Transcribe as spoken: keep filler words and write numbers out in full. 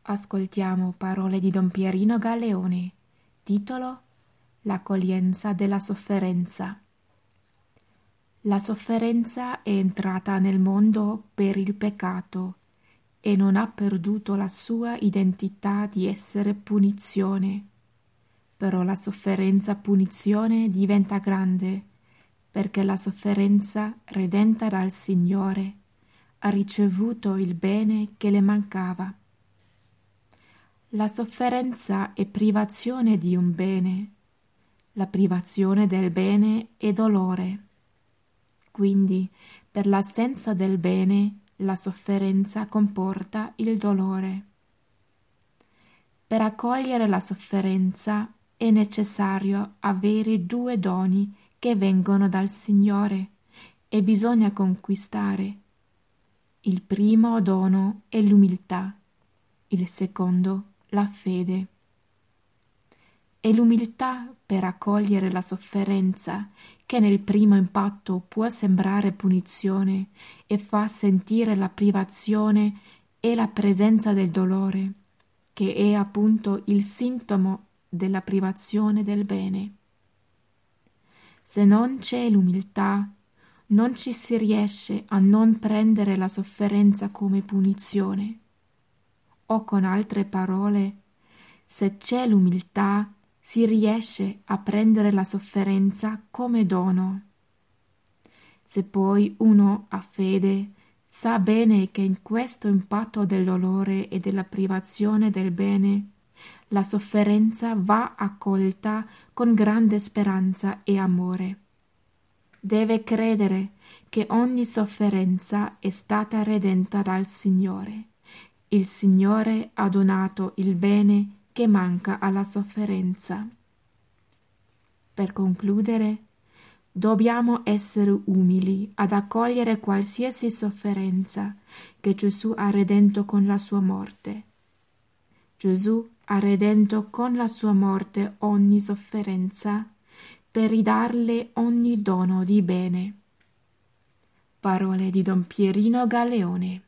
Ascoltiamo parole di Don Pierino Galeone. Titolo: L'accoglienza della sofferenza. La sofferenza è entrata nel mondo per il peccato e non ha perduto la sua identità di essere punizione. Però la sofferenza punizione diventa grande perché la sofferenza redenta dal Signore ha ricevuto il bene che le mancava. La sofferenza è privazione di un bene. La privazione del bene è dolore. Quindi, per l'assenza del bene, la sofferenza comporta il dolore. Per accogliere la sofferenza è necessario avere due doni che vengono dal Signore e bisogna conquistare. Il primo dono è l'umiltà, il secondo la fede. È l'umiltà per accogliere la sofferenza che nel primo impatto può sembrare punizione e fa sentire la privazione e la presenza del dolore, che è appunto il sintomo della privazione del bene. Se non c'è l'umiltà, non ci si riesce a non prendere la sofferenza come punizione. O con altre parole, se c'è l'umiltà, si riesce a prendere la sofferenza come dono. Se poi uno ha fede, sa bene che in questo impatto del dolore e della privazione del bene, la sofferenza va accolta con grande speranza e amore. Deve credere che ogni sofferenza è stata redenta dal Signore. Il Signore ha donato il bene che manca alla sofferenza. Per concludere, dobbiamo essere umili ad accogliere qualsiasi sofferenza che Gesù ha redento con la sua morte. Gesù ha redento con la sua morte ogni sofferenza per ridarle ogni dono di bene. Parole di Don Pierino Galeone.